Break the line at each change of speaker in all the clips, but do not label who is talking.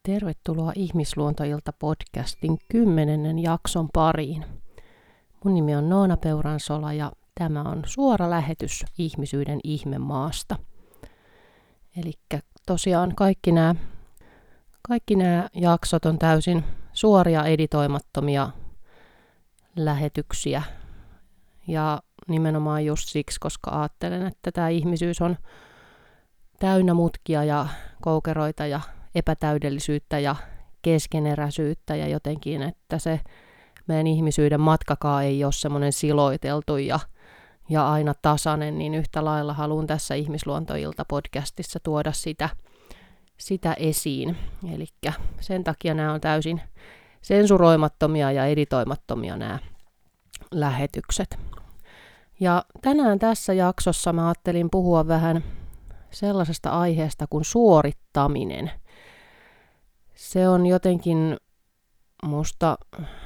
Tervetuloa Ihmisluontoilta-podcastin 10. jakson pariin. Mun nimi on Noona Peuransola ja tämä on suora lähetys ihmisyyden ihmemaasta. Elikkä tosiaan kaikki nämä jaksot on täysin suoria editoimattomia lähetyksiä. Ja nimenomaan just siksi, koska ajattelen, että tämä ihmisyys on täynnä mutkia ja koukeroita ja epätäydellisyyttä ja keskeneräisyyttä ja jotenkin, että se meidän ihmisyyden matkakaan ei ole semmoinen siloiteltu ja aina tasainen, niin yhtä lailla haluan tässä Ihmisluontoilta-podcastissa tuoda sitä esiin. Eli sen takia nämä on täysin sensuroimattomia ja editoimattomia nämä lähetykset. Ja tänään tässä jaksossa mä ajattelin puhua vähän sellaisesta aiheesta kuin suorittaminen. Se on jotenkin musta,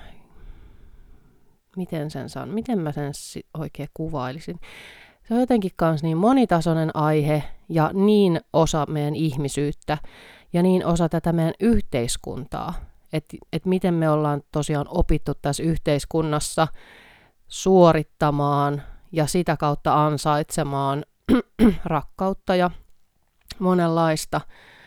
miten mä sen oikein kuvailisin. Se on jotenkin kans niin monitasoinen aihe ja niin osa meidän ihmisyyttä ja niin osa tätä meidän yhteiskuntaa. Että miten me ollaan tosiaan opittu tässä yhteiskunnassa suorittamaan ja sitä kautta ansaitsemaan rakkautta ja monenlaista.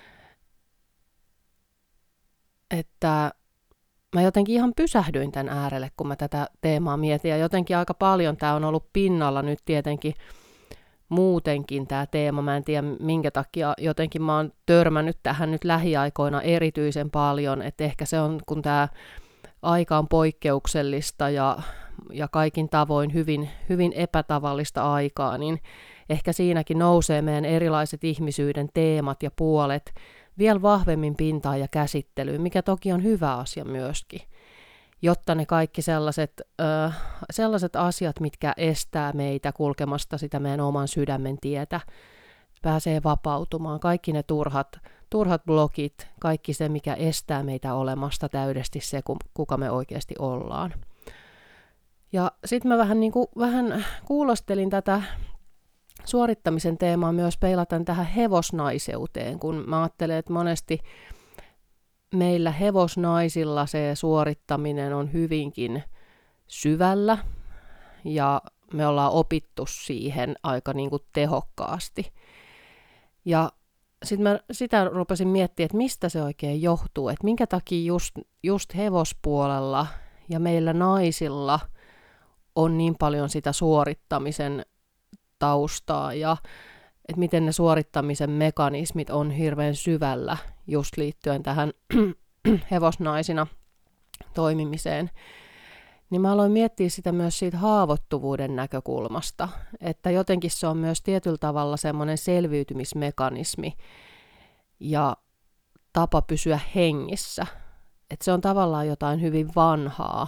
Että mä jotenkin ihan pysähdyin tämän äärelle, kun mä tätä teemaa mietin. Ja jotenkin aika paljon tämä on ollut pinnalla nyt tietenkin muutenkin tämä teema. Mä en tiedä minkä takia jotenkin mä oon törmännyt tähän nyt lähiaikoina erityisen paljon. Että ehkä se on, kun tämä aika on poikkeuksellista ja kaikin tavoin hyvin epätavallista aikaa, niin ehkä siinäkin nousee meidän erilaiset ihmisyyden teemat ja puolet vielä vahvemmin pintaan ja käsittelyyn, mikä toki on hyvä asia myöskin, jotta ne kaikki sellaiset asiat, mitkä estää meitä kulkemasta sitä meidän oman sydämen tietä, pääsee vapautumaan. Kaikki ne turhat blokit, kaikki se, mikä estää meitä olemasta täydesti se, kuka me oikeasti ollaan. Ja sitten mä vähän kuulostelin tätä suorittamisen teemaa myös peilaten tähän hevosnaiseuteen, kun mä ajattelen, että monesti meillä hevosnaisilla se suorittaminen on hyvinkin syvällä ja me ollaan opittu siihen aika niin kuin tehokkaasti. Ja sitten mä sitä rupesin miettimään, että mistä se oikein johtuu, että minkä takia just hevospuolella ja meillä naisilla on niin paljon sitä suorittamisen taustaa ja että miten ne suorittamisen mekanismit on hirveän syvällä just liittyen tähän hevosnaisina toimimiseen. Niin mä aloin miettiä sitä myös siitä haavoittuvuuden näkökulmasta, että jotenkin se on myös tietyllä tavalla semmoinen selviytymismekanismi ja tapa pysyä hengissä. Että se on tavallaan jotain hyvin vanhaa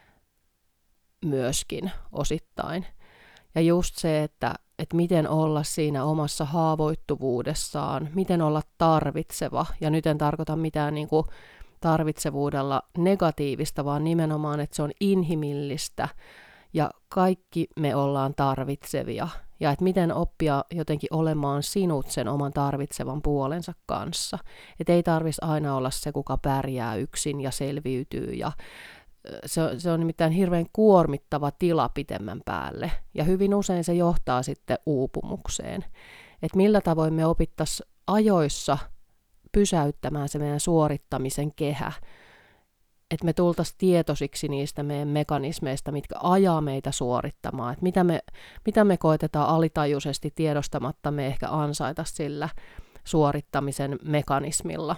myöskin osittain. Ja just se, että miten olla siinä omassa haavoittuvuudessaan, miten olla tarvitseva. Ja nyt en tarkoita mitään niin kuin tarvitsevuudella negatiivista, vaan nimenomaan, että se on inhimillistä ja kaikki me ollaan tarvitsevia. Ja että miten oppia jotenkin olemaan sinut sen oman tarvitsevan puolensa kanssa. Että ei tarvitsisi aina olla se, kuka pärjää yksin ja selviytyy ja se on nimittäin hirveän kuormittava tila pitemmän päälle, ja hyvin usein se johtaa sitten uupumukseen. Että millä tavoin me opittaisiin ajoissa pysäyttämään se meidän suorittamisen kehä, että me tultaisiin tietoisiksi niistä meidän mekanismeista, mitkä ajaa meitä suorittamaan, että mitä me koetetaan alitajuisesti tiedostamatta me ehkä ansaita sillä suorittamisen mekanismilla.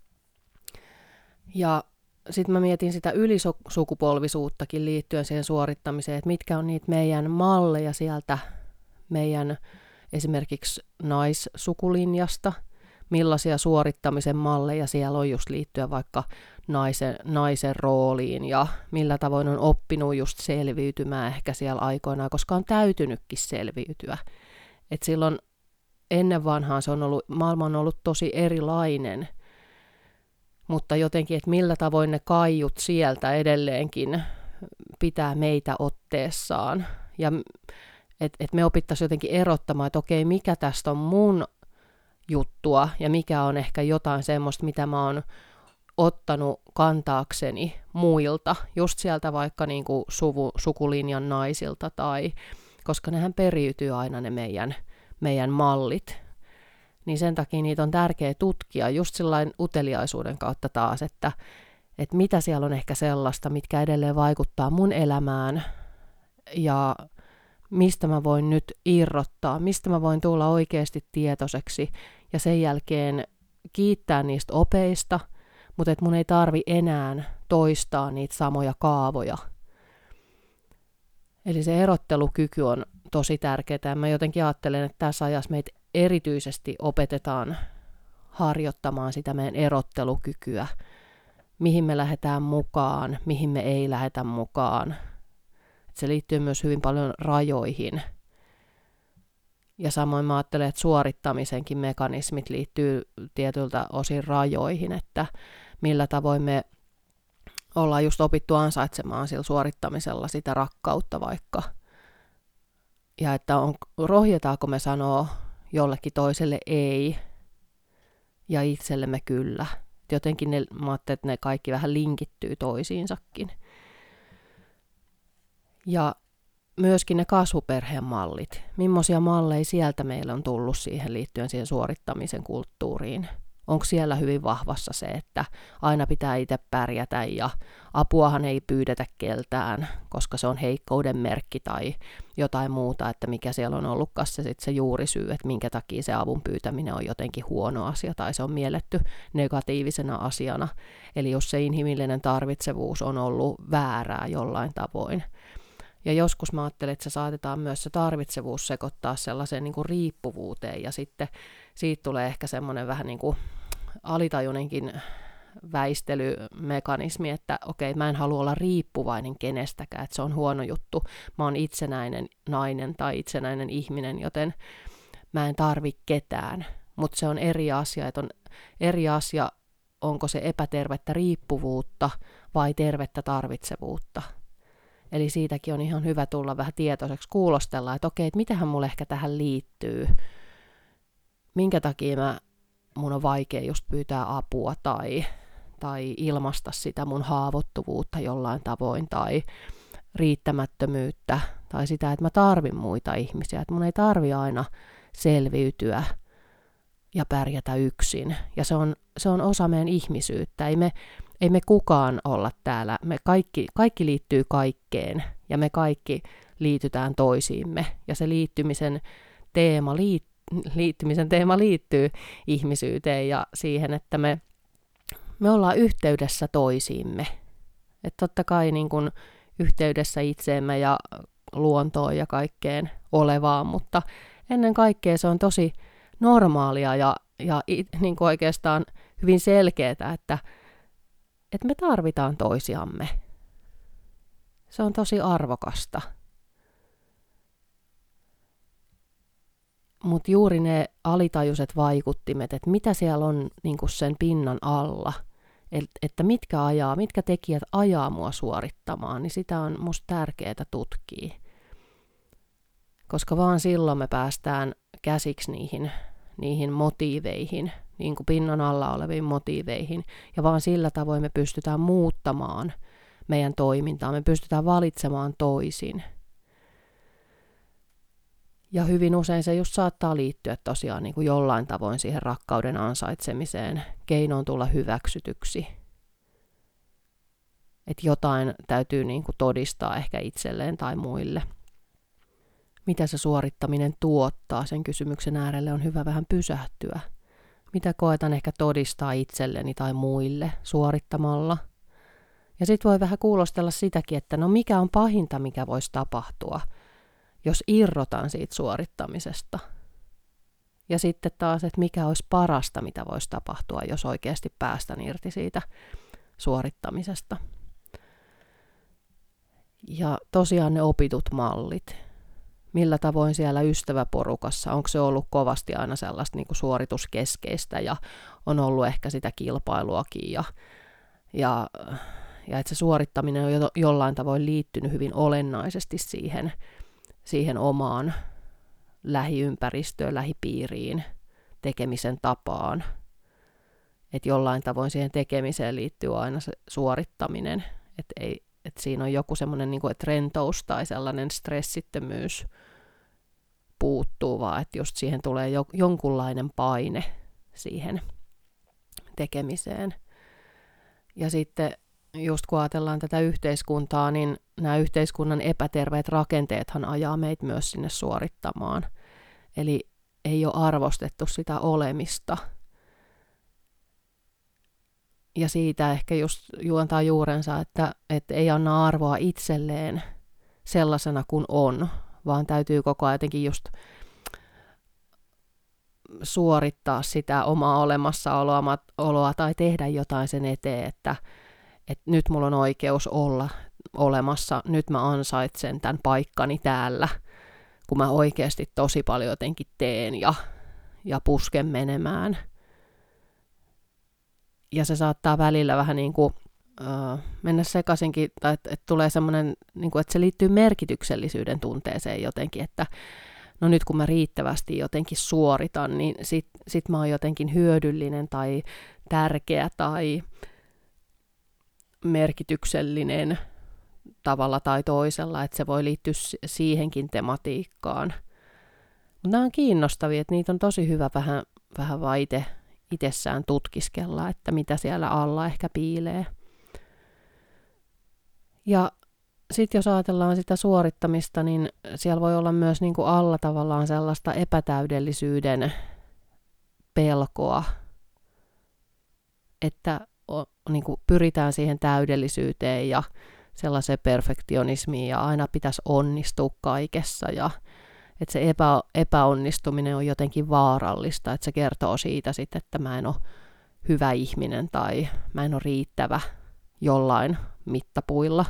Ja sitten mä mietin sitä ylisukupolvisuuttakin liittyen siihen suorittamiseen, että mitkä on niitä meidän malleja sieltä meidän esimerkiksi naissukulinjasta, millaisia suorittamisen malleja siellä on just liittyen vaikka naisen rooliin ja millä tavoin on oppinut just selviytymään ehkä siellä aikoinaan, koska on täytynytkin selviytyä. Et silloin ennen vanhaan maailma on ollut tosi erilainen, mutta jotenkin, että millä tavoin ne kaiut sieltä edelleenkin pitää meitä otteessaan. Ja että me opittaisiin jotenkin erottamaan, että okei, mikä tästä on mun juttua ja mikä on ehkä jotain semmoista, mitä mä oon ottanut kantaakseni muilta, just sieltä vaikka niin kuin sukulinjan naisilta, koska nehän periytyy aina ne meidän mallit. Niin sen takia niitä on tärkeää tutkia just sillain uteliaisuuden kautta taas, että mitä siellä on ehkä sellaista, mitkä edelleen vaikuttaa mun elämään ja mistä mä voin nyt irrottaa, mistä mä voin tulla oikeasti tietoiseksi ja sen jälkeen kiittää niistä opeista, mutta et mun ei tarvi enää toistaa niitä samoja kaavoja. Eli se erottelukyky on tosi tärkeää. Mä jotenkin ajattelen, että tässä ajassa meitä erityisesti opetetaan harjoittamaan sitä meidän erottelukykyä, mihin me lähdetään mukaan, mihin me ei lähdetä mukaan. Se liittyy myös hyvin paljon rajoihin. Ja samoin mä ajattelen, että suorittamisenkin mekanismit liittyy tietyltä osin rajoihin, että millä tavoin me ollaan just opittu ansaitsemaan sillä suorittamisella sitä rakkautta vaikka. Ja että rohjetaanko me sanoa jollekin toiselle ei ja itsellemme kyllä. Jotenkin mä ajattelen, että ne kaikki vähän linkittyy toisiinsakin. Ja myöskin ne kasvuperheen mallit. Millaisia malleja sieltä meillä on tullut siihen liittyen siihen suorittamisen kulttuuriin? Onko siellä hyvin vahvassa se, että aina pitää itse pärjätä ja apuahan ei pyydetä keltään, koska se on heikkouden merkki tai jotain muuta, että mikä siellä on ollutkaan se juurisyy, että minkä takia se avun pyytäminen on jotenkin huono asia tai se on mielletty negatiivisena asiana. Eli jos se inhimillinen tarvitsevuus on ollut väärää jollain tavoin. Ja joskus mä ajattelen, että se saatetaan myös se tarvitsevuus sekoittaa sellaiseen niin kuin riippuvuuteen ja sitten siitä tulee ehkä semmoinen vähän niin kuin alitajunenkin väistelymekanismi, että okei, mä en halua olla riippuvainen kenestäkään, että se on huono juttu. Mä oon itsenäinen nainen tai itsenäinen ihminen, joten mä en tarvi ketään. Mutta se on eri asia, että on eri asia, onko se epätervettä riippuvuutta vai tervettä tarvitsevuutta. Eli siitäkin on ihan hyvä tulla vähän tietoiseksi, kuulostella, että okei, että mitähän mulle ehkä tähän liittyy. Minkä takia mun on vaikea just pyytää apua tai ilmaista sitä mun haavoittuvuutta jollain tavoin tai riittämättömyyttä tai sitä, että mä tarvin muita ihmisiä, että mun ei tarvi aina selviytyä ja pärjätä yksin. Ja se on osa meidän ihmisyyttä. Ei me kukaan olla täällä. Me kaikki liittyy kaikkeen ja me kaikki liitytään toisiimme. Ja se liittymisen teema liittyy ihmisyyteen ja siihen, että me ollaan yhteydessä toisiimme. Että totta kai niin kuin yhteydessä itseemme ja luontoon ja kaikkeen olevaan, mutta ennen kaikkea se on tosi normaalia ja niin kuin oikeastaan hyvin selkeää, että me tarvitaan toisiamme. Se on tosi arvokasta. Mutta juuri ne alitajuiset vaikuttimet, että mitä siellä on niinku sen pinnan alla, että mitkä tekijät ajaa mua suorittamaan, niin sitä on musta tärkeää tutkia. Koska vaan silloin me päästään käsiksi niihin motiiveihin, niin kuin pinnan alla oleviin motiiveihin, ja vaan sillä tavoin me pystytään muuttamaan meidän toimintaa, me pystytään valitsemaan toisin. Ja hyvin usein se just saattaa liittyä tosiaan niin kuin jollain tavoin siihen rakkauden ansaitsemiseen, keinoon tulla hyväksytyksi. Että jotain täytyy niin kuin todistaa ehkä itselleen tai muille. Mitä se suorittaminen tuottaa, sen kysymyksen äärelle on hyvä vähän pysähtyä. Mitä koetan ehkä todistaa itselleni tai muille suorittamalla. Ja sitten voi vähän kuulostella sitäkin, että no mikä on pahinta, mikä voisi tapahtua, jos irrotan siitä suorittamisesta. Ja sitten taas, että mikä olisi parasta, mitä voisi tapahtua, jos oikeasti päästän irti siitä suorittamisesta. Ja tosiaan ne opitut mallit. Millä tavoin siellä ystäväporukassa, onko se ollut kovasti aina sellaista niin kuin suorituskeskeistä ja on ollut ehkä sitä kilpailuakin ja että se suorittaminen on jollain tavoin liittynyt hyvin olennaisesti siihen omaan lähiympäristöön, lähipiiriin, tekemisen tapaan. että jollain tavoin siihen tekemiseen liittyy aina se suorittaminen, että siinä on joku semmoinen, niin kuin, että rentous tai sellainen stressittömyys puuttuu, vaan että just siihen tulee jonkunlainen paine siihen tekemiseen. Ja sitten just kun ajatellaan tätä yhteiskuntaa, niin nämä yhteiskunnan epäterveet rakenteethan ajaa meitä myös sinne suorittamaan. Eli ei ole arvostettu sitä olemista. Ja siitä ehkä just juontaa juurensa, että ei anna arvoa itselleen sellaisena kuin on, vaan täytyy koko ajan jotenkin just suorittaa sitä omaa olemassaoloa tai tehdä jotain sen eteen, että nyt mulla on oikeus olla olemassa, nyt mä ansaitsen tämän paikkani täällä, kun mä oikeasti tosi paljon jotenkin teen ja pusken menemään. Ja se saattaa välillä vähän niin kuin mennä sekaisinkin, tai että tulee semmoinen, niin kuin, että se liittyy merkityksellisyyden tunteeseen jotenkin, että no nyt kun mä riittävästi jotenkin suoritan, niin sit mä oon jotenkin hyödyllinen tai tärkeä tai merkityksellinen tavalla tai toisella, että se voi liittyä siihenkin tematiikkaan. Mutta nämä on kiinnostavia, että niitä on tosi hyvä vähän vaan itsessään tutkiskella, että mitä siellä alla ehkä piilee. Ja sitten jos ajatellaan sitä suorittamista, niin siellä voi olla myös niin kuin alla tavallaan sellaista epätäydellisyyden pelkoa, että niin kuin pyritään siihen täydellisyyteen ja sellaiseen perfektionismiin ja aina pitäisi onnistua kaikessa ja että se epäonnistuminen on jotenkin vaarallista, että se kertoo siitä sitten, että mä en ole hyvä ihminen tai mä en ole riittävä jollain mittapuilla.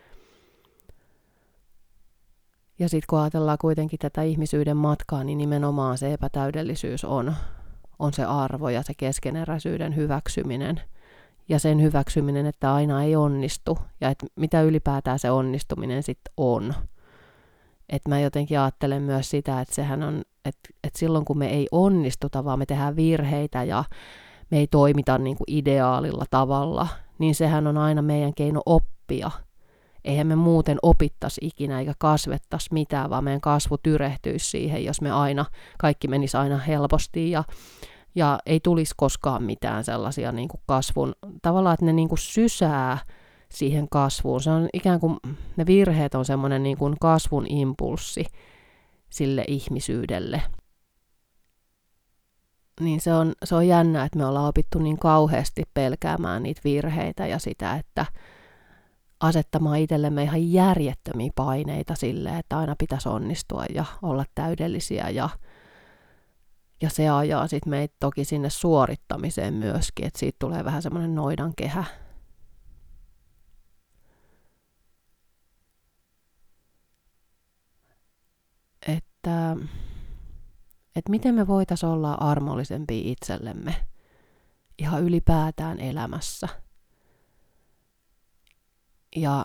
Ja sitten kun ajatellaan kuitenkin tätä ihmisyyden matkaa, niin nimenomaan se epätäydellisyys on se arvo ja se keskeneräisyyden hyväksyminen. Ja sen hyväksyminen, että aina ei onnistu ja että mitä ylipäätään se onnistuminen sitten on. Että mä jotenkin ajattelen myös sitä, että sehän on, että silloin kun me ei onnistuta, vaan me tehdään virheitä ja me ei toimita niin kuin ideaalilla tavalla, niin sehän on aina meidän keino oppia. Eihän me muuten opittaisi ikinä eikä kasvettaisi mitään, vaan meidän kasvu tyrehtyisi siihen, jos me aina, kaikki menisi aina helposti ja ei tulisi koskaan mitään sellaisia niin kuin kasvun, tavallaan että ne niin kuin sysää siihen kasvuun. Se on ikään kuin, ne virheet on semmoinen niin kuin kasvun impulssi sille ihmisyydelle. Niin se on jännä, että me ollaan opittu niin kauheasti pelkäämään niitä virheitä ja sitä, että asettamaan itsellemme ihan järjettömiä paineita sille, että aina pitäisi onnistua ja olla täydellisiä ja se ajaa sitten meitä toki sinne suorittamiseen myöskin, että siitä tulee vähän semmoinen noidankehä. Että miten me voitaisiin olla armollisempia itsellemme ihan ylipäätään elämässä. Ja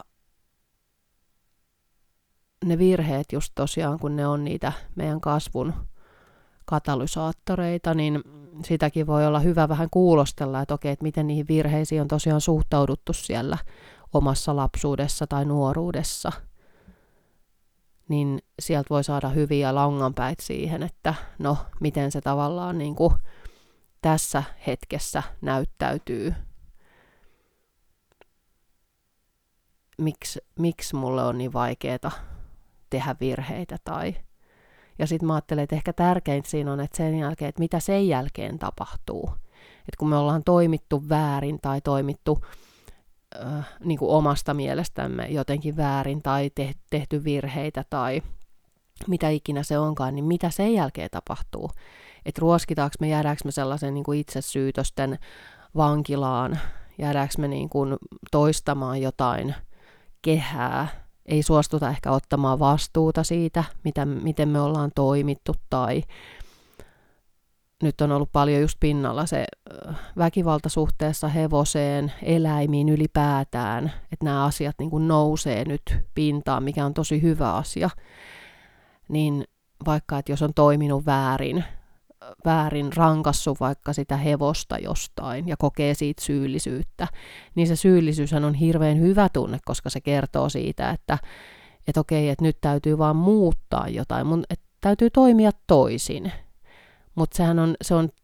ne virheet just tosiaan, kun ne on niitä meidän kasvun katalysaattoreita, niin sitäkin voi olla hyvä vähän kuulostella, että okei, että miten niihin virheisiin on tosiaan suhtauduttu siellä omassa lapsuudessa tai nuoruudessa. Niin sieltä voi saada hyviä langanpäitä siihen, että no, miten se tavallaan niin kuin tässä hetkessä näyttäytyy. Miksi mulle on niin vaikeaa tehdä virheitä ja sitten mä ajattelen, että ehkä tärkeintä siinä on, että sen jälkeen, että mitä sen jälkeen tapahtuu. Että kun me ollaan toimittu väärin tai toimittu niin kuin omasta mielestämme jotenkin väärin tai tehty virheitä tai mitä ikinä se onkaan, niin mitä sen jälkeen tapahtuu. Että ruoskitaanko me, jäädäänkö me sellaisen niin kuin itsesyytösten vankilaan, jäädäänkö me niin kuin toistamaan jotain kehää, ei suostuta ehkä ottamaan vastuuta siitä, miten me ollaan toimittu, tai nyt on ollut paljon just pinnalla se väkivalta suhteessa hevoseen, eläimiin ylipäätään, että nämä asiat niin kuin nousee nyt pintaan, mikä on tosi hyvä asia, niin vaikka, että jos on toiminut väärin väärin rankassut vaikka sitä hevosta jostain ja kokee siitä syyllisyyttä, niin se syyllisyyshän on hirveän hyvä tunne, koska se kertoo siitä, että okei, että nyt täytyy vaan muuttaa jotain, että täytyy toimia toisin. Mutta se on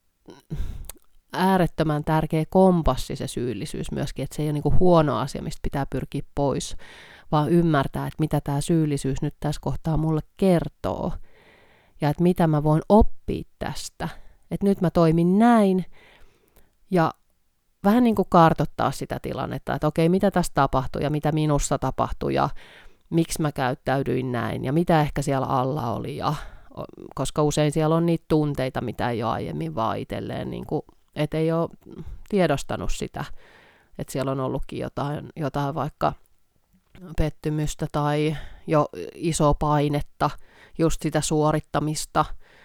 äärettömän tärkeä kompassi se syyllisyys myöskin, että se ei ole niinku huono asia, mistä pitää pyrkiä pois, vaan ymmärtää, että mitä tämä syyllisyys nyt tässä kohtaa mulle kertoo. Ja että mitä mä voin oppia tästä. Että nyt mä toimin näin ja vähän niin kuin kartoittaa sitä tilannetta, että okei, mitä tässä tapahtui ja mitä minussa tapahtui ja miksi mä käyttäydyin näin ja mitä ehkä siellä alla oli. Koska usein siellä on niitä tunteita, mitä ei ole aiemmin vaan itselleen, niin kuin, että ei ole tiedostanut sitä, että siellä on ollutkin jotain vaikka pettymystä tai jo isoa painetta, just sitä suorittamista,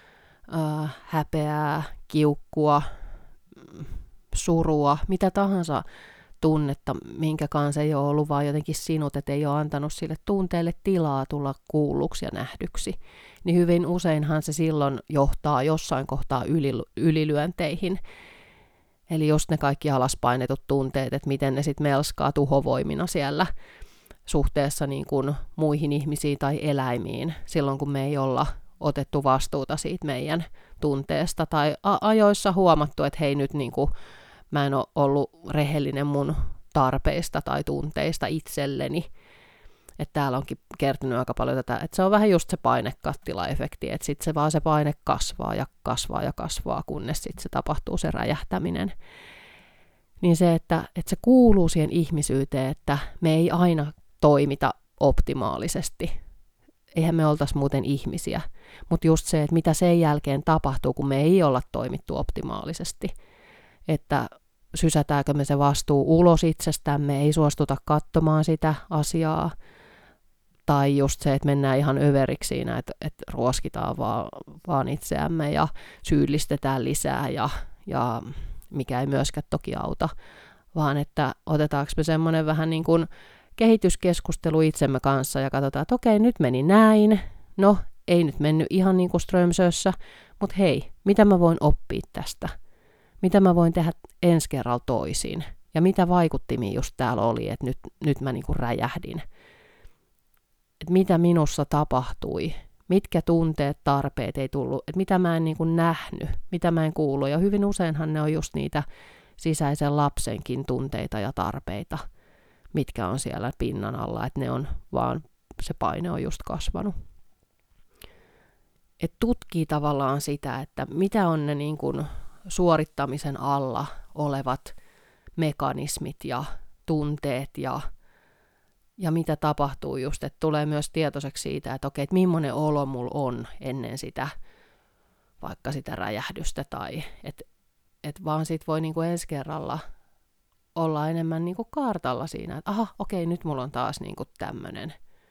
häpeää, kiukkua, surua, mitä tahansa tunnetta, minkä kanssa ei ole ollut vaan jotenkin sinut, että ei ole antanut sille tunteelle tilaa tulla kuulluksi ja nähdyksi, niin hyvin useinhan se silloin johtaa jossain kohtaa ylilyönteihin. Eli just ne kaikki alaspainetut tunteet, että miten ne sitten melskaa tuhovoimina siellä suhteessa niin kuin muihin ihmisiin tai eläimiin, silloin kun me ei olla otettu vastuuta siitä meidän tunteesta tai ajoissa huomattu, että hei nyt niin kuin mä en ole ollut rehellinen mun tarpeista tai tunteista itselleni. Että täällä onkin kertynyt aika paljon tätä, että se on vähän just se painekattilaefekti, että sitten se paine kasvaa ja kasvaa ja kasvaa, kunnes sitten se tapahtuu se räjähtäminen. Niin se, että se kuuluu siihen ihmisyyteen, että me ei aina toimita optimaalisesti. Eihän me oltaisi muuten ihmisiä. Mutta just se, että mitä sen jälkeen tapahtuu, kun me ei olla toimittu optimaalisesti. Että sysätäänkö me se vastuu ulos itsestämme, ei suostuta katsomaan sitä asiaa. Tai just se, että mennään ihan överiksi siinä, että ruoskitaan vaan itseämme ja syyllistetään lisää ja mikä ei myöskään toki auta. Vaan että otetaanko me semmoinen vähän niin kuin kehityskeskustelu itsemme kanssa ja katsotaan, että okei, nyt meni näin. No, ei nyt mennyt ihan niin kuin Strömsössä, mutta hei, mitä mä voin oppia tästä? Mitä mä voin tehdä ensi kerralla toisin? Ja mitä vaikuttimia just täällä oli, että nyt mä niin kuin räjähdin? Että mitä minussa tapahtui? Mitkä tunteet, tarpeet ei tullut? Että mitä mä en niin kuin nähnyt? Mitä mä en kuullut? Ja hyvin useinhan ne on just niitä sisäisen lapsenkin tunteita ja tarpeita, mitkä on siellä pinnan alla, että ne on vaan, se paine on just kasvanut. Et tutkii tavallaan sitä, että mitä on ne niin kuin suorittamisen alla olevat mekanismit ja tunteet ja mitä tapahtuu just, että tulee myös tietoiseksi siitä, että okei, että millainen olo mulla on ennen sitä, vaikka sitä räjähdystä tai että vaan sit voi niinku ensi kerralla olla enemmän niinku kartalla siinä, että aha, okei, nyt mulla on taas niinku tämmönen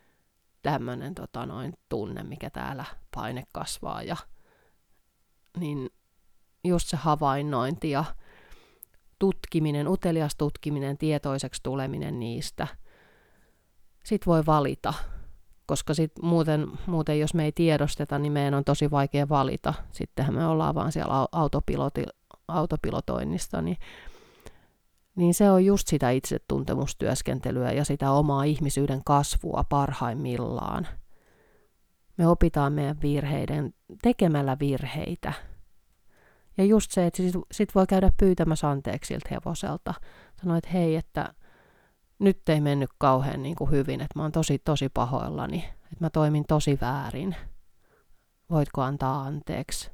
tunne, mikä täällä paine kasvaa ja niin just se havainnointi ja tutkiminen, utelias tutkiminen, tietoiseksi tuleminen niistä. Sitten voi valita, koska sit muuten jos me ei tiedosteta, niin meidän on tosi vaikea valita. Sittenhän me ollaan vaan siellä autopilotoinnista, niin se on just sitä itsetuntemustyöskentelyä ja sitä omaa ihmisyyden kasvua parhaimmillaan. Me opitaan meidän virheiden tekemällä virheitä. Ja just se, että sit voi käydä pyytämässä anteeksi siltä hevoselta. Sanoi, että hei, että nyt ei mennyt kauhean niin kuin hyvin, että mä oon tosi pahoillani, että mä toimin tosi väärin. Voitko antaa anteeksi?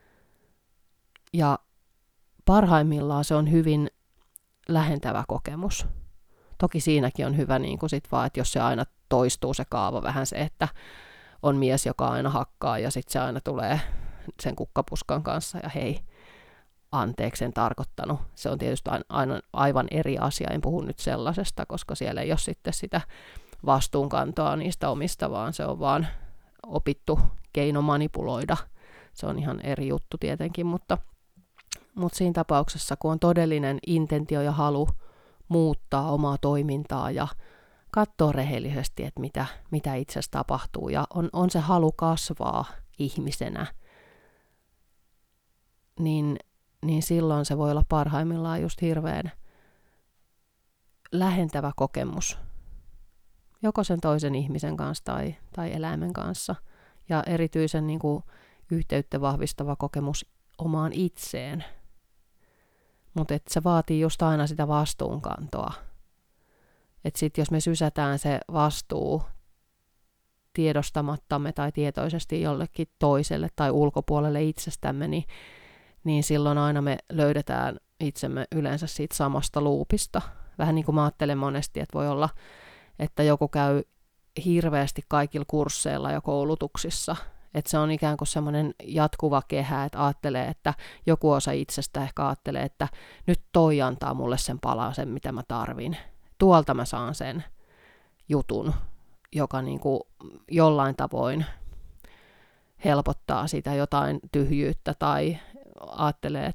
Ja parhaimmillaan se on hyvin lähentävä kokemus. Toki siinäkin on hyvä niin kuin sit vaan, että jos se aina toistuu se kaava vähän se, että on mies, joka aina hakkaa ja sitten se aina tulee sen kukkapuskan kanssa ja hei, anteeksi en tarkoittanut. Se on tietysti aina aivan eri asia, en puhu nyt sellaisesta, koska siellä ei ole sitten sitä vastuunkantoa niistä omista, vaan se on vaan opittu keino manipuloida. Se on ihan eri juttu tietenkin, mutta siinä tapauksessa, kun on todellinen intentio ja halu muuttaa omaa toimintaa ja katsoa rehellisesti, että mitä itsessä tapahtuu ja on se halu kasvaa ihmisenä, niin silloin se voi olla parhaimmillaan just hirveän lähentävä kokemus. Joko sen toisen ihmisen kanssa tai eläimen kanssa. Ja erityisen niin kuin yhteyttä vahvistava kokemus omaan itseen. Mutta se vaatii just aina sitä vastuunkantoa. Että sitten jos me sysätään se vastuu tiedostamattamme tai tietoisesti jollekin toiselle tai ulkopuolelle itsestämme, niin silloin aina me löydetään itsemme yleensä siitä samasta luupista. Vähän niin kuin mä ajattelen monesti, että voi olla, että joku käy hirveästi kaikilla kursseilla ja koulutuksissa. Että se on ikään kuin semmoinen jatkuva kehä, että ajattelee, että joku osa itsestä ehkä ajattelee, että nyt toi antaa mulle sen palasen, mitä mä tarvin. Tuolta mä saan sen jutun, joka niin kuin jollain tavoin helpottaa sitä jotain tyhjyyttä tai ajattelee,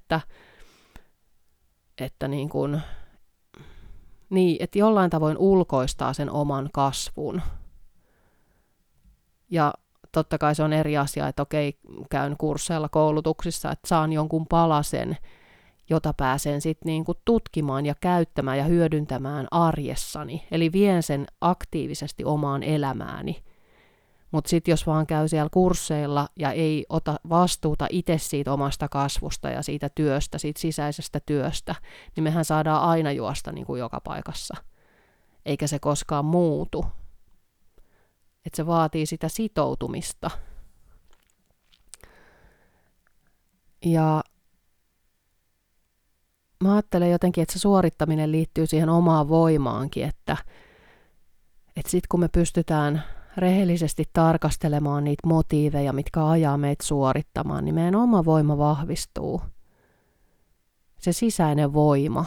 että että jollain tavoin ulkoistaa sen oman kasvun. Ja totta kai se on eri asia, että okei, käyn kursseilla koulutuksissa, että saan jonkun palasen, jota pääsen sitten niin kuin tutkimaan ja käyttämään ja hyödyntämään arjessani. Eli vien sen aktiivisesti omaan elämääni. Mutta sitten jos vaan käy siellä kursseilla ja ei ota vastuuta itse siitä omasta kasvusta ja siitä työstä, siitä sisäisestä työstä, niin mehän saadaan aina juosta niin kuin joka paikassa. Eikä se koskaan muutu. Että se vaatii sitä sitoutumista. Ja mä ajattelen jotenkin, että se suorittaminen liittyy siihen omaan voimaankin, että sitten kun me pystytään rehellisesti tarkastelemaan niitä motiiveja, mitkä ajaa meitä suorittamaan, niin meidän oma voima vahvistuu. Se sisäinen voima.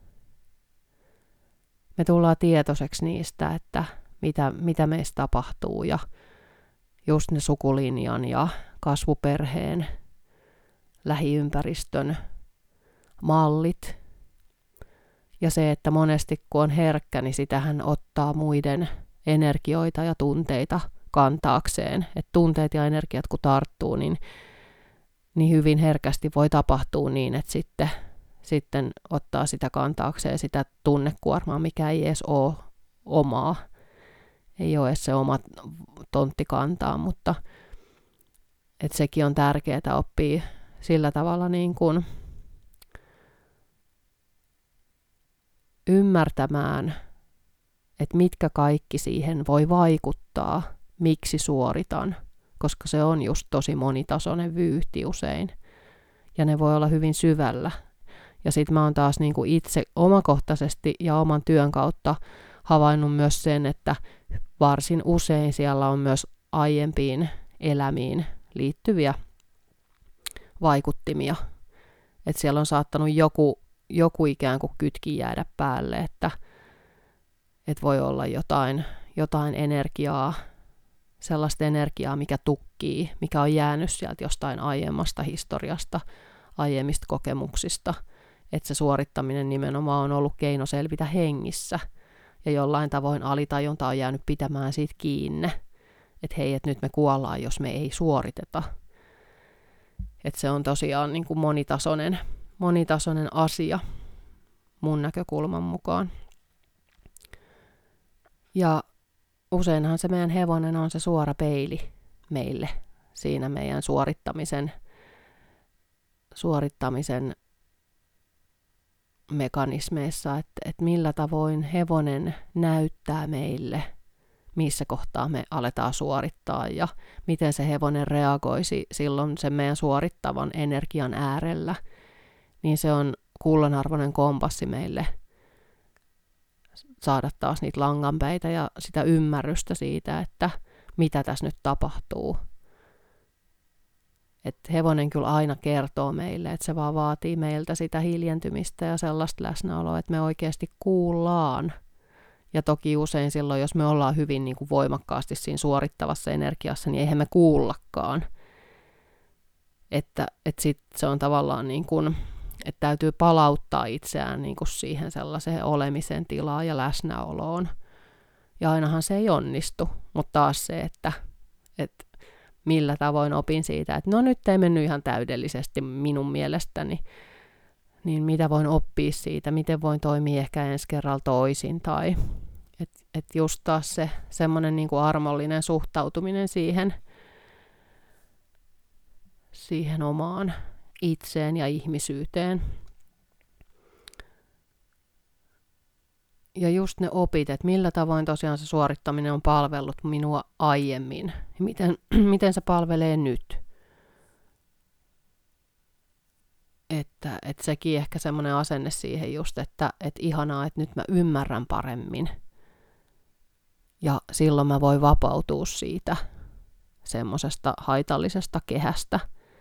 Me tullaan tietoiseksi niistä, että mitä meistä tapahtuu ja just ne sukulinjan ja kasvuperheen, lähiympäristön mallit. Ja se, että monesti kun on herkkä, niin sitähän ottaa muiden energioita ja tunteita kantaakseen. Että tunteet ja energiat kun tarttuu, niin hyvin herkästi voi tapahtua niin, että sitten ottaa sitä kantaakseen sitä tunnekuormaa, mikä ei edes ole omaa. Ei ole edes se oma tontti kantaa, mutta että sekin on tärkeää oppia sillä tavalla niin kuin ymmärtämään, että mitkä kaikki siihen voi vaikuttaa, miksi suoritan, koska se on just tosi monitasoinen vyyhti usein. Ja ne voi olla hyvin syvällä. Ja sit mä oon taas niin kuin itse omakohtaisesti ja oman työn kautta havainnut myös sen, että varsin usein siellä on myös aiempiin elämiin liittyviä vaikuttimia. Että siellä on saattanut joku ikään kuin kytki jäädä päälle, että voi olla jotain energiaa, sellaista energiaa, mikä tukkii, mikä on jäänyt sieltä jostain aiemmasta historiasta, aiemmista kokemuksista. Että se suorittaminen nimenomaan on ollut keino selvitä hengissä. Ja jollain tavoin alitajunta on jäänyt pitämään siitä kiinni. Että hei, että nyt me kuollaan, jos me ei suoriteta. Että se on tosiaan niin kuin monitasoinen asia mun näkökulman mukaan. Ja useinhan se meidän hevonen on se suora peili meille siinä meidän suorittamisen mekanismeissa, että millä tavoin hevonen näyttää meille, missä kohtaa me aletaan suorittaa ja miten se hevonen reagoisi silloin sen meidän suorittavan energian äärellä, niin se on kullanarvoinen kompassi meille saada taas niitä langanpäitä ja sitä ymmärrystä siitä, että mitä tässä nyt tapahtuu. Että hevonen kyllä aina kertoo meille, että se vaan vaatii meiltä sitä hiljentymistä ja sellaista läsnäoloa, että me oikeasti kuullaan. Ja toki usein silloin, jos me ollaan hyvin niin kuin voimakkaasti siinä suorittavassa energiassa, niin eihän me kuullakaan. Että sitten se on tavallaan niin kuin, että täytyy palauttaa itseään niin kuin siihen sellaiseen olemisen tilaan ja läsnäoloon. Ja ainahan se ei onnistu, mutta taas se, että millä tavoin opin siitä, että no nyt ei mennyt ihan täydellisesti minun mielestäni, niin mitä voin oppia siitä, miten voin toimia ehkä ensi kerralla toisin, tai että just taas se semmoinen niin kuin armollinen suhtautuminen siihen omaan itseen ja ihmisyyteen. Ja just ne opit, että millä tavoin tosiaan se suorittaminen on palvellut minua aiemmin, ja miten se palvelee nyt. Että sekin ehkä semmoinen asenne siihen just, että ihanaa, että nyt mä ymmärrän paremmin. Ja silloin mä voin vapautua siitä semmoisesta haitallisesta kehästä.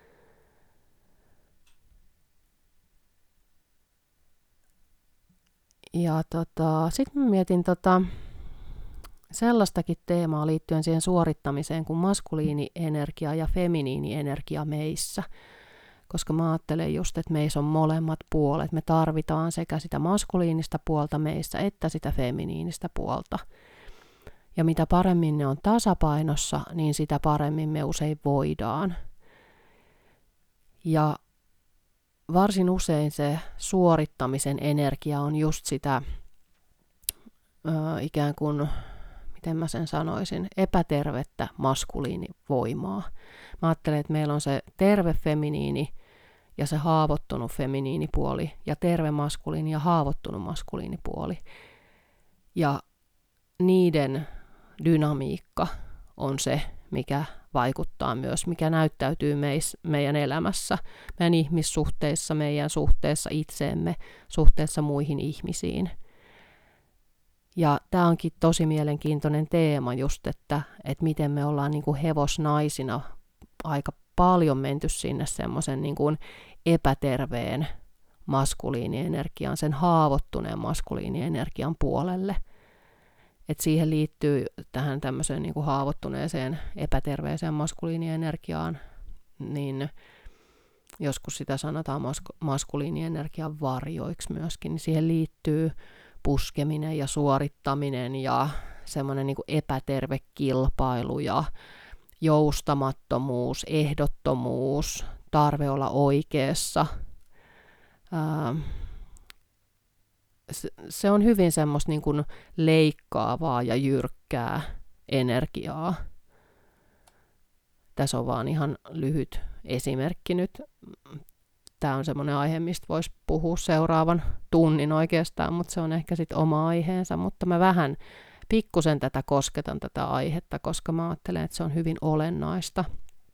Ja sitten mä mietin sellaistakin teemaa liittyen siihen suorittamiseen kuin maskuliinienergia ja feminiinienergia meissä. Koska mä ajattelen just, että meissä on molemmat puolet. Me tarvitaan sekä sitä maskuliinista puolta meissä että sitä feminiinistä puolta. Ja mitä paremmin ne on tasapainossa, niin sitä paremmin me usein voidaan. Ja varsin usein se suorittamisen energia on just sitä ikään kuin, miten mä sen sanoisin, epätervettä maskuliinivoimaa. Mä ajattelen, että meillä on se terve feminiini ja se haavoittunut feminiinipuoli ja terve maskuliini ja haavoittunut maskuliinipuoli. Ja niiden dynamiikka on se, mikä vaikuttaa myös, mikä näyttäytyy meidän elämässä, meidän ihmissuhteissa, meidän suhteessa itseemme, suhteessa muihin ihmisiin. Ja tämä onkin tosi mielenkiintoinen teema just, että miten me ollaan niin kuin hevosnaisina aika paljon menty sinne semmoisen niin kuin epäterveen maskuliinienergian, sen haavoittuneen maskuliinienergian puolelle. Et siihen liittyy tähän tämmöiseen niin kuin haavoittuneeseen epäterveeseen maskuliinienergiaan, niin joskus sitä sanotaan maskuliinienergian varjoiksi myöskin, niin siihen liittyy puskeminen ja suorittaminen ja semmoinen niin kuin epäterve kilpailu ja joustamattomuus, ehdottomuus, tarve olla oikeassa. Se on hyvin semmoista niin kuin leikkaavaa ja jyrkkää energiaa. Tässä on vaan ihan lyhyt esimerkki nyt. Tämä on semmoinen aihe, mistä voisi puhua seuraavan tunnin oikeastaan, mutta se on ehkä sitten oma aiheensa. Mutta mä vähän pikkusen tätä kosketan tätä aihetta, koska mä ajattelen, että se on hyvin olennaista.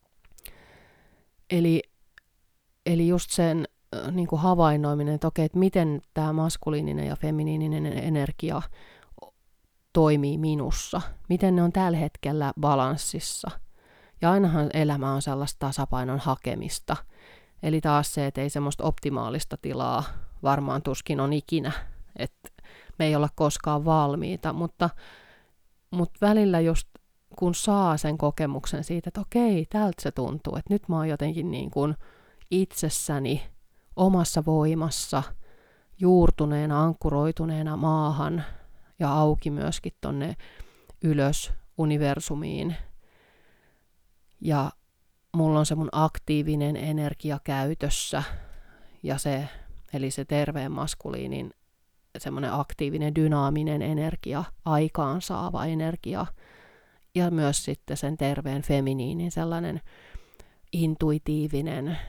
Eli just sen niin kuin havainnoiminen, että okei, että miten tämä maskuliininen ja feminiininen energia toimii minussa. Miten ne on tällä hetkellä balanssissa. Ja ainahan elämä on sellaista tasapainon hakemista. Eli taas se, että ei semmoista optimaalista tilaa varmaan tuskin on ikinä. Että me ei olla koskaan valmiita, mutta välillä just kun saa sen kokemuksen siitä, että okei, tältä se tuntuu, että nyt mä oon jotenkin niin kuin itsessäni omassa voimassa, juurtuneena, ankkuroituneena maahan ja auki myöskin tonne ylös universumiin. Ja mulla on se mun aktiivinen energia käytössä ja eli se terveen maskuliinin semmoinen aktiivinen, dynaaminen energia, aikaansaava energia ja myös sitten sen terveen feminiinin sellainen intuitiivinen,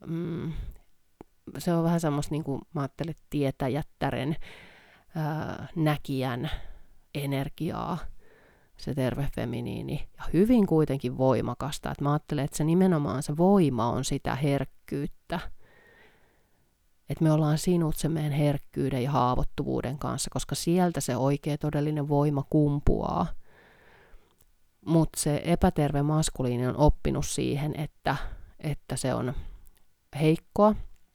se on vähän semmoista niin kuin mä ajattelen tietäjättären, näkijän energiaa, se terve feminiini, ja hyvin kuitenkin voimakasta. Että mä ajattelen, että se nimenomaan se voima on sitä herkkyyttä. Että me ollaan sinut sen meidän herkkyyden ja haavoittuvuuden kanssa, koska sieltä se oikea todellinen voima kumpuaa. Mutta se epäterve maskuliini on oppinut siihen, että se on heikkoa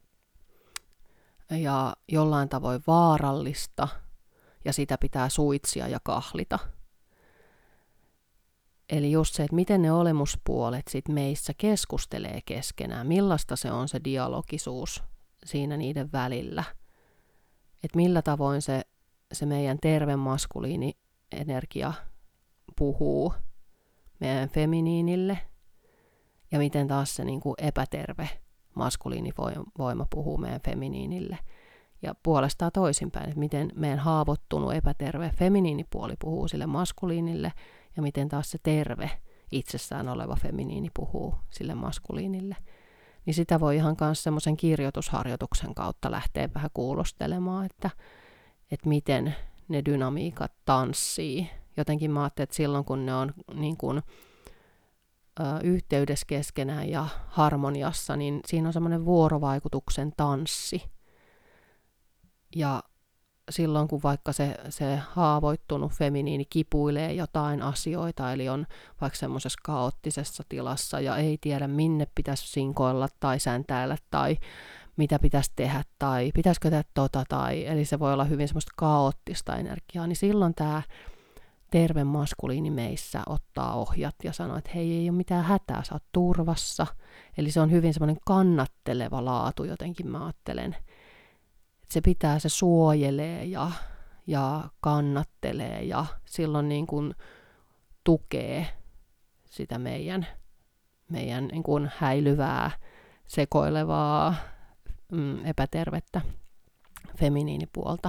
ja jollain tavoin vaarallista, ja sitä pitää suitsia ja kahlita. Eli just se, että miten ne olemuspuolet sit meissä keskustelee keskenään, millaista se on se dialogisuus siinä niiden välillä. Että millä tavoin se meidän terve maskuliini energia puhuu meidän feminiinille ja miten taas se niin kuin epäterve maskuliinivoima puhuu meidän feminiinille. Ja puolestaan toisinpäin, että miten meidän haavoittunut epäterve feminiinipuoli puhuu sille maskuliinille, ja miten taas se terve itsessään oleva feminiini puhuu sille maskuliinille. Niin sitä voi ihan myös semmoisen kirjoitusharjoituksen kautta lähteä vähän kuulostelemaan, että miten ne dynamiikat tanssii. Jotenkin mä ajattelin, että silloin kun ne on niin kuin, yhteydessä keskenään ja harmoniassa, niin siinä on semmoinen vuorovaikutuksen tanssi. Ja silloin kun vaikka se haavoittunut feminiini kipuilee jotain asioita, eli on vaikka semmoisessa kaoottisessa tilassa ja ei tiedä minne pitäisi sinkoilla tai säntäillä tai mitä pitäisi tehdä tai pitäisikö tehdä eli se voi olla hyvin semmoista kaoottista energiaa, niin silloin tämä terve maskuliini meissä ottaa ohjat ja sanoo, että hei, ei ole mitään hätää, sä oot turvassa. Eli se on hyvin semmoinen kannatteleva laatu jotenkin, mä ajattelen. Se suojelee ja kannattelee ja silloin niin kuin tukee sitä meidän niin kuin häilyvää, sekoilevaa, epätervettä feminiinipuolta.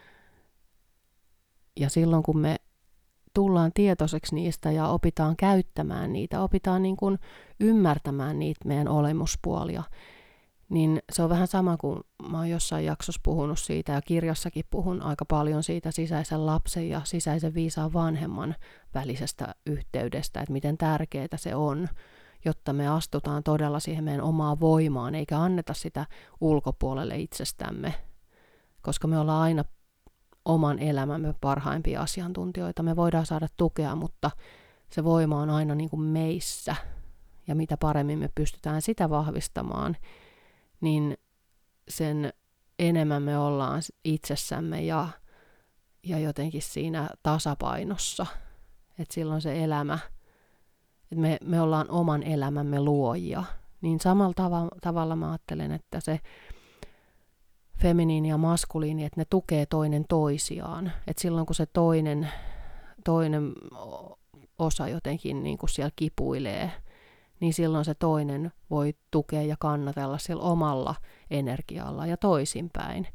Ja silloin kun me tullaan tietoiseksi niistä ja opitaan käyttämään niitä, opitaan niin kuin ymmärtämään niitä meidän olemuspuolia, niin se on vähän sama kuin mä oon jossain jaksossa puhunut siitä ja kirjassakin puhun aika paljon siitä sisäisen lapsen ja sisäisen viisaan vanhemman välisestä yhteydestä, että miten tärkeää se on, jotta me astutaan todella siihen meidän omaan voimaan eikä anneta sitä ulkopuolelle itsestämme, koska me ollaan aina oman elämämme parhaimpia asiantuntijoita. Me voidaan saada tukea, mutta se voima on aina niin kuin meissä. Ja mitä paremmin me pystytään sitä vahvistamaan, niin sen enemmän me ollaan itsessämme ja jotenkin siinä tasapainossa. Että silloin se elämä, että me ollaan oman elämämme luojia. Niin samalla tavalla mä ajattelen, että se feminiini ja maskuliini, että ne tukee toinen toisiaan. Että silloin kun se toinen osa jotenkin niin kuin siellä kipuilee, niin silloin se toinen voi tukea ja kannatella sillä omalla energialla ja toisinpäin.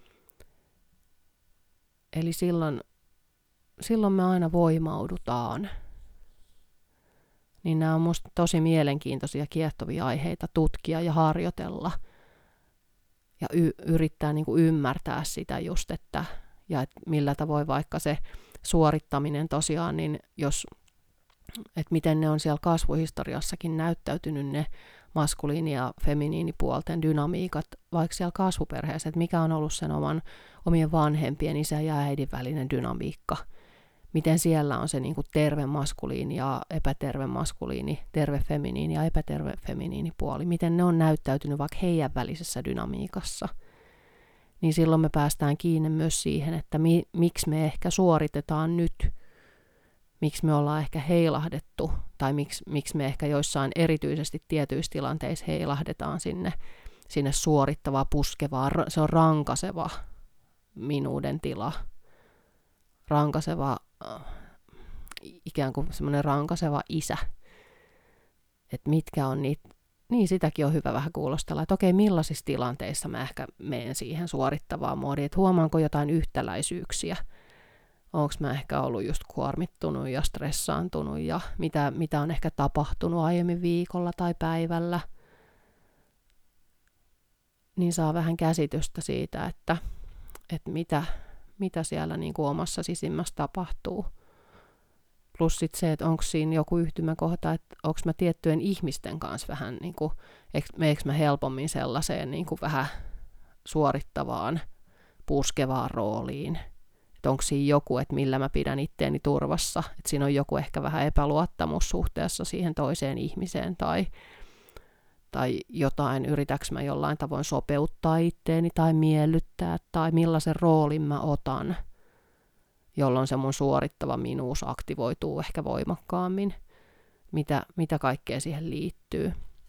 Eli silloin me aina voimaudutaan. Niin nämä on musta tosi mielenkiintoisia, kiehtovia aiheita tutkia ja harjoitella. Ja yrittää niin kuin ymmärtää sitä just, että millä tavoin vaikka se suorittaminen tosiaan, niin että miten ne on siellä kasvuhistoriassakin näyttäytynyt ne maskuliini- ja feminiinipuolten dynamiikat, vaikka siellä kasvuperheessä, että mikä on ollut sen omien vanhempien, isän ja äidin välinen dynamiikka. Miten siellä on se niin kuin terve maskuliini ja epäterve maskuliini, terve feminiini ja epäterve feminiinipuoli. Miten ne on näyttäytynyt vaikka heidän välisessä dynamiikassa. Niin silloin me päästään kiinni myös siihen, että miksi me ehkä suoritetaan nyt. Miksi me ollaan ehkä heilahdettu tai miksi me ehkä joissain erityisesti tietyissä tilanteissa heilahdetaan sinne suorittavaa, puskevaa. Se on rankaseva minuuden tila. Rankaseva, ikään kuin semmoinen rankaseva isä. Että mitkä on niitä, niin sitäkin on hyvä vähän kuulostella, että okei, millaisissa tilanteissa mä ehkä menen siihen suorittavaan moodiin, että huomaanko jotain yhtäläisyyksiä. Onko mä ehkä ollut just kuormittunut ja stressaantunut ja mitä on ehkä tapahtunut aiemmin viikolla tai päivällä. Niin saa vähän käsitystä siitä, että mitä siellä niin kuin omassa sisimmässä tapahtuu. Plus sitten se, että onko siinä joku yhtymäkohta, että onko mä tiettyjen ihmisten kanssa vähän, niin kuin, meneekö mä helpommin sellaiseen niin kuin vähän suorittavaan, puskevaan rooliin. Että onko siinä joku, että millä mä pidän itteeni turvassa. Että siinä on joku ehkä vähän epäluottamus suhteessa siihen toiseen ihmiseen tai jotain, yritäks mä jollain tavoin sopeuttaa itteeni tai miellyttää, tai millaisen roolin mä otan, jolloin se mun suorittava minuus aktivoituu ehkä voimakkaammin, mitä kaikkea siihen liittyy.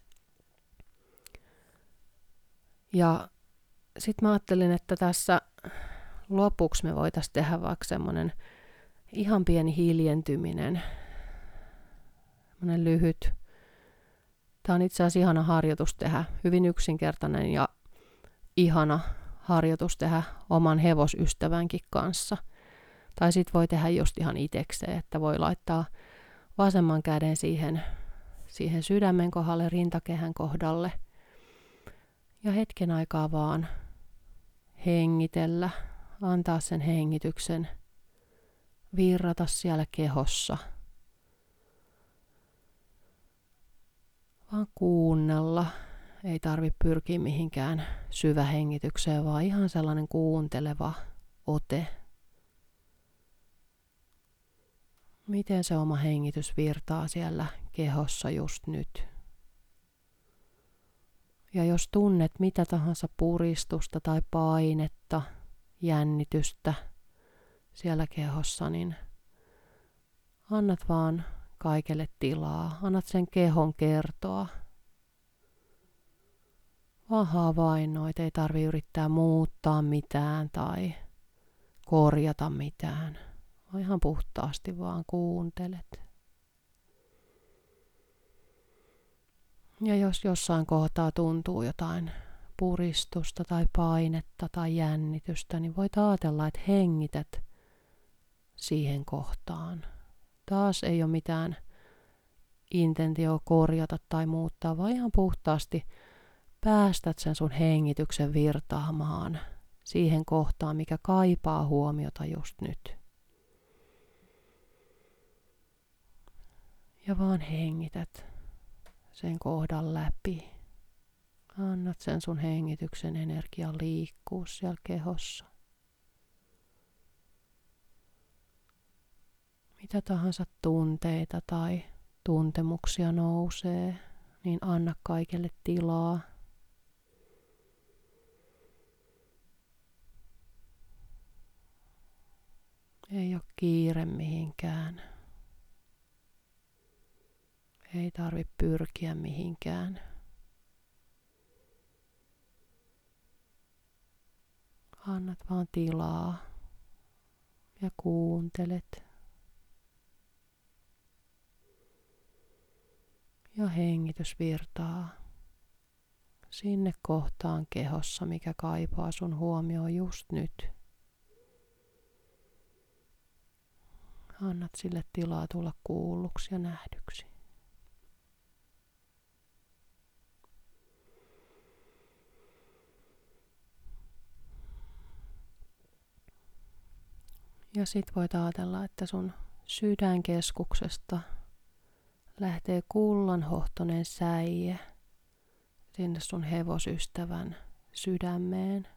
Ja sit mä ajattelin, että tässä lopuksi me voitaisiin tehdä vaikka semmoinen ihan pieni hiljentyminen, semmoinen lyhyt Tämä on itse asiassa ihana harjoitus tehdä, hyvin yksinkertainen ja ihana harjoitus tehdä oman hevosystävänkin kanssa. Tai sit voi tehdä just ihan itekseen, että voi laittaa vasemman käden siihen sydämen kohdalle, rintakehän kohdalle. Ja hetken aikaa vaan hengitellä, antaa sen hengityksen virrata siellä kehossa. Vaan kuunnella. Ei tarvitse pyrkiä mihinkään syvähengitykseen, vaan ihan sellainen kuunteleva ote. Miten se oma hengitys virtaa siellä kehossa just nyt. Ja jos tunnet mitä tahansa puristusta tai painetta, jännitystä siellä kehossa, niin annat vaan kaikelle tilaa. Annat sen kehon kertoa. Vaan havainnoit, ei tarvitse yrittää muuttaa mitään tai korjata mitään. Vaan ihan puhtaasti vaan kuuntelet. Ja jos jossain kohtaa tuntuu jotain puristusta tai painetta tai jännitystä, niin voit ajatella, että hengität siihen kohtaan. Taas ei ole mitään intentioa korjata tai muuttaa, vaan ihan puhtaasti päästät sen sun hengityksen virtaamaan siihen kohtaan, mikä kaipaa huomiota just nyt. Ja vaan hengität sen kohdan läpi. Annat sen sun hengityksen energian liikkua siellä kehossa. Mitä tahansa tunteita tai tuntemuksia nousee, niin anna kaikelle tilaa. Ei ole kiire mihinkään. Ei tarvitse pyrkiä mihinkään. Annat vaan tilaa ja kuuntelet. Ja hengitys virtaa sinne kohtaan kehossa, mikä kaipaa sun huomioon just nyt. Annat sille tilaa tulla kuulluksi ja nähdyksi. Ja sit voit ajatella, että sun sydänkeskuksesta lähtee kullanhohtoinen säie sinne sun hevosystävän sydämeen.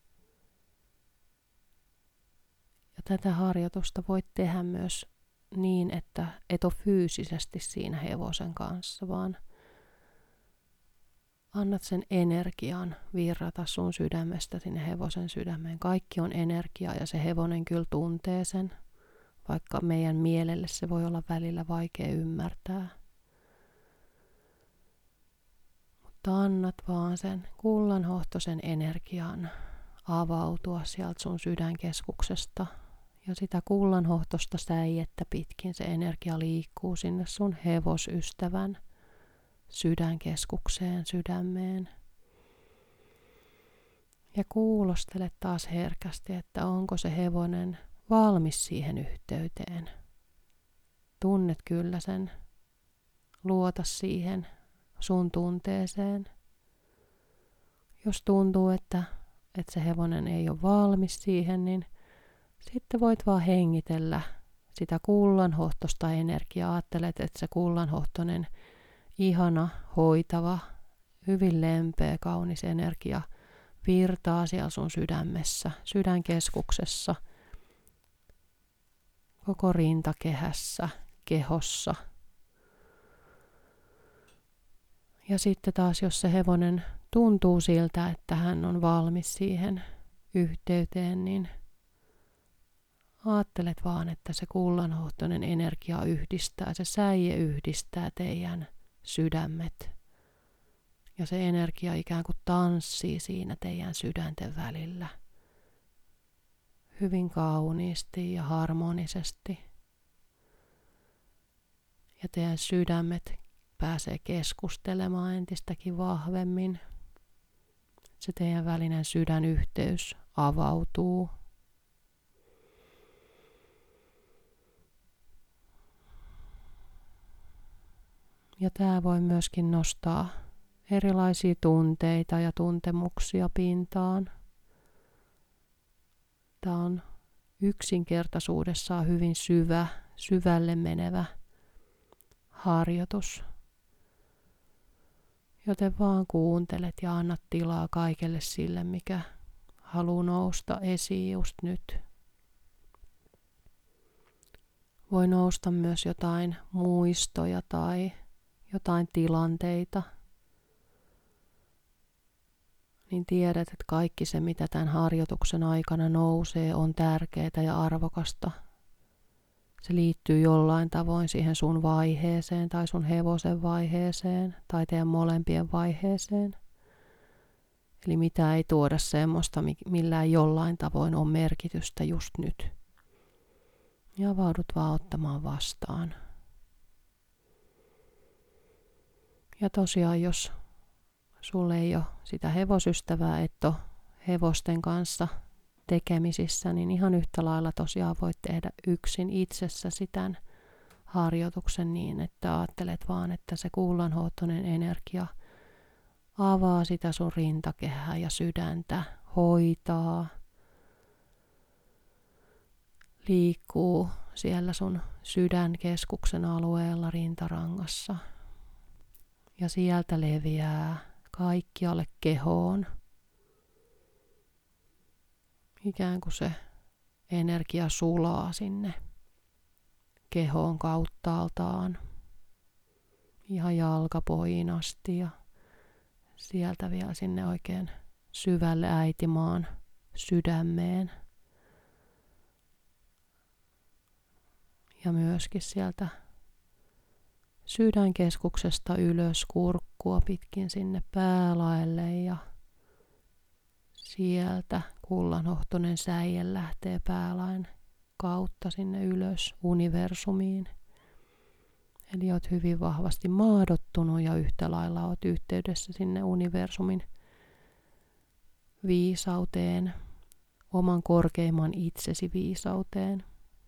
Ja tätä harjoitusta voit tehdä myös niin, että et ole fyysisesti siinä hevosen kanssa, vaan annat sen energian virrata sun sydämestä sinne hevosen sydämeen. Kaikki on energiaa ja se hevonen kyllä tuntee sen, vaikka meidän mielelle se voi olla välillä vaikea ymmärtää. Mutta annat vaan sen kullanhohtoisen energian avautua sieltä sun sydänkeskuksesta. Ja sitä kullanhohtoista säijettä pitkin se energia liikkuu sinne sun hevosystävän sydänkeskukseen, sydämeen. Ja kuulostele taas herkästi, että onko se hevonen valmis siihen yhteyteen. Tunnet kyllä sen, luota siihen sun tunteeseen. Jos tuntuu, että se hevonen ei ole valmis siihen, niin sitten voit vaan hengitellä sitä kullanhohtoista energiaa. Ajattelet, että se kullanhohtoinen, ihana, hoitava, hyvin lempeä, kaunis energia virtaa siellä sun sydämessä, sydänkeskuksessa, koko rintakehässä, kehossa. Ja sitten taas, jos se hevonen tuntuu siltä, että hän on valmis siihen yhteyteen, niin aattelet vaan, että se kullanhohtoinen energia yhdistää, se säie yhdistää teidän sydämet. Ja se energia ikään kuin tanssii siinä teidän sydänten välillä. Hyvin kauniisti ja harmonisesti. Ja teidän sydämet pääsee keskustelemaan entistäkin vahvemmin. Se teidän välinen sydänyhteys avautuu. Ja tämä voi myöskin nostaa erilaisia tunteita ja tuntemuksia pintaan. Tämä on yksinkertaisuudessaan hyvin syvälle menevä harjoitus. Joten vaan kuuntelet ja annat tilaa kaikelle sille, mikä haluaa nousta esiin just nyt. Voi nousta myös jotain muistoja tai jotain tilanteita. Niin tiedät, että kaikki se, mitä tämän harjoituksen aikana nousee, on tärkeää ja arvokasta. Se liittyy jollain tavoin siihen sun vaiheeseen tai sun hevosen vaiheeseen tai teidän molempien vaiheeseen. Eli mitä ei tuoda semmoista, millään jollain tavoin on merkitystä just nyt. Ja avaudut vaan ottamaan vastaan. Ja tosiaan, jos sulle ei ole sitä hevosystävää, et ole hevosten kanssa tekemisissä, niin ihan yhtä lailla tosiaan voit tehdä yksin itsessäsi tämän harjoituksen niin, että ajattelet vaan, että se kullanhuotoinen energia avaa sitä sun rintakehää ja sydäntä, hoitaa, liikkuu siellä sun sydänkeskuksen alueella rintarangassa ja sieltä leviää kaikkialle kehoon. Ikään kuin se energia sulaa sinne kehoon kauttaaltaan, ihan jalkapohjiin asti ja sieltä vielä sinne oikein syvälle äitimaan sydämeen. Ja myöskin sieltä sydänkeskuksesta ylös kurkkua pitkin sinne päälaelle ja sieltä kullanhohtoinen säie lähtee päälain kautta sinne ylös universumiin. Eli olet hyvin vahvasti maadottunut ja yhtä lailla olet yhteydessä sinne universumin viisauteen, oman korkeimman itsesi viisauteen.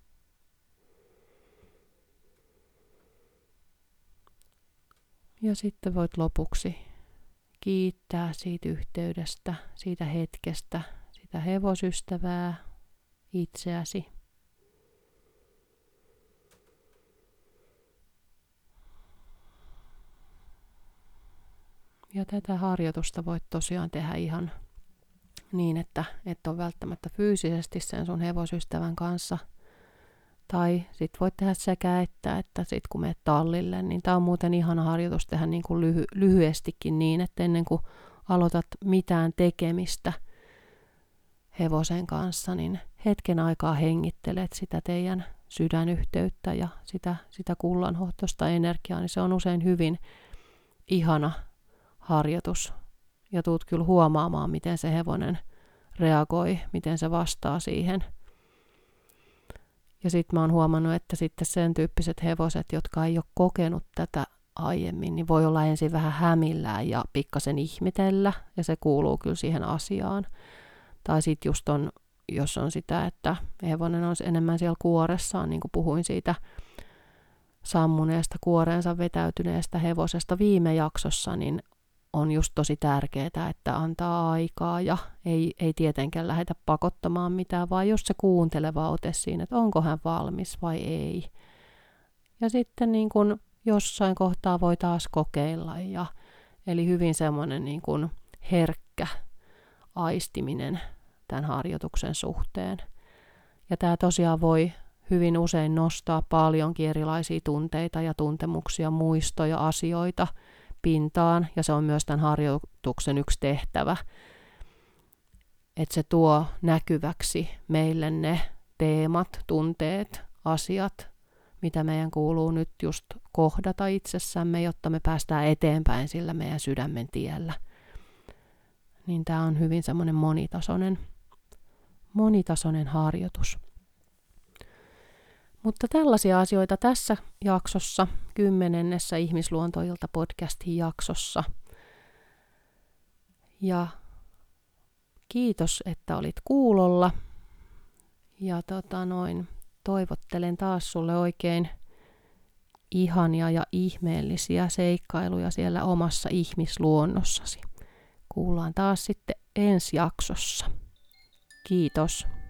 Ja sitten voit lopuksi kiittää siitä yhteydestä, siitä hetkestä, sitä hevosystävää, itseäsi. Ja tätä harjoitusta voit tosiaan tehdä ihan niin, että et ole välttämättä fyysisesti sen sun hevosystävän kanssa. Tai sit voit tehdä sekä että sit kun menet tallille, niin tää on muuten ihana harjoitus tehdä niin kuin lyhyestikin niin, että ennen kuin aloitat mitään tekemistä hevosen kanssa, niin hetken aikaa hengittelet sitä teidän sydänyhteyttä ja sitä kullanhohtoista energiaa, niin se on usein hyvin ihana harjoitus. Ja tuut kyllä huomaamaan, miten se hevonen reagoi, miten se vastaa siihen. Ja sitten mä oon huomannut, että sitten sen tyyppiset hevoset, jotka ei ole kokenut tätä aiemmin, niin voi olla ensin vähän hämillään ja pikkasen ihmetellä, ja se kuuluu kyllä siihen asiaan. Tai sitten just jos on sitä, että hevonen on enemmän siellä kuoressaan, niin kuin puhuin siitä sammuneesta kuoreensa vetäytyneestä hevosesta viime jaksossa, niin on just tosi tärkeää, että antaa aikaa ja ei tietenkään lähdetä pakottamaan mitään, vaan just se kuunteleva ote siinä, että onko hän valmis vai ei. Ja sitten niin kun jossain kohtaa voi taas kokeilla, eli hyvin semmoinen niin kun herkkä aistiminen tämän harjoituksen suhteen. Ja tämä tosiaan voi hyvin usein nostaa paljonkin erilaisia tunteita ja tuntemuksia, muistoja, asioita pintaan, ja se on myös tämän harjoituksen yksi tehtävä, että se tuo näkyväksi meille ne teemat, tunteet, asiat, mitä meidän kuuluu nyt just kohdata itsessämme, jotta me päästään eteenpäin sillä meidän sydämen tiellä. Niin tämä on hyvin semmoinen monitasoinen harjoitus. Mutta tällaisia asioita tässä jaksossa, 10. Ihmisluontoilta podcastin jaksossa. Ja kiitos, että olit kuulolla. Ja toivottelen taas sulle oikein ihania ja ihmeellisiä seikkailuja siellä omassa ihmisluonnossasi. Kuullaan taas sitten ensi jaksossa. Kiitos.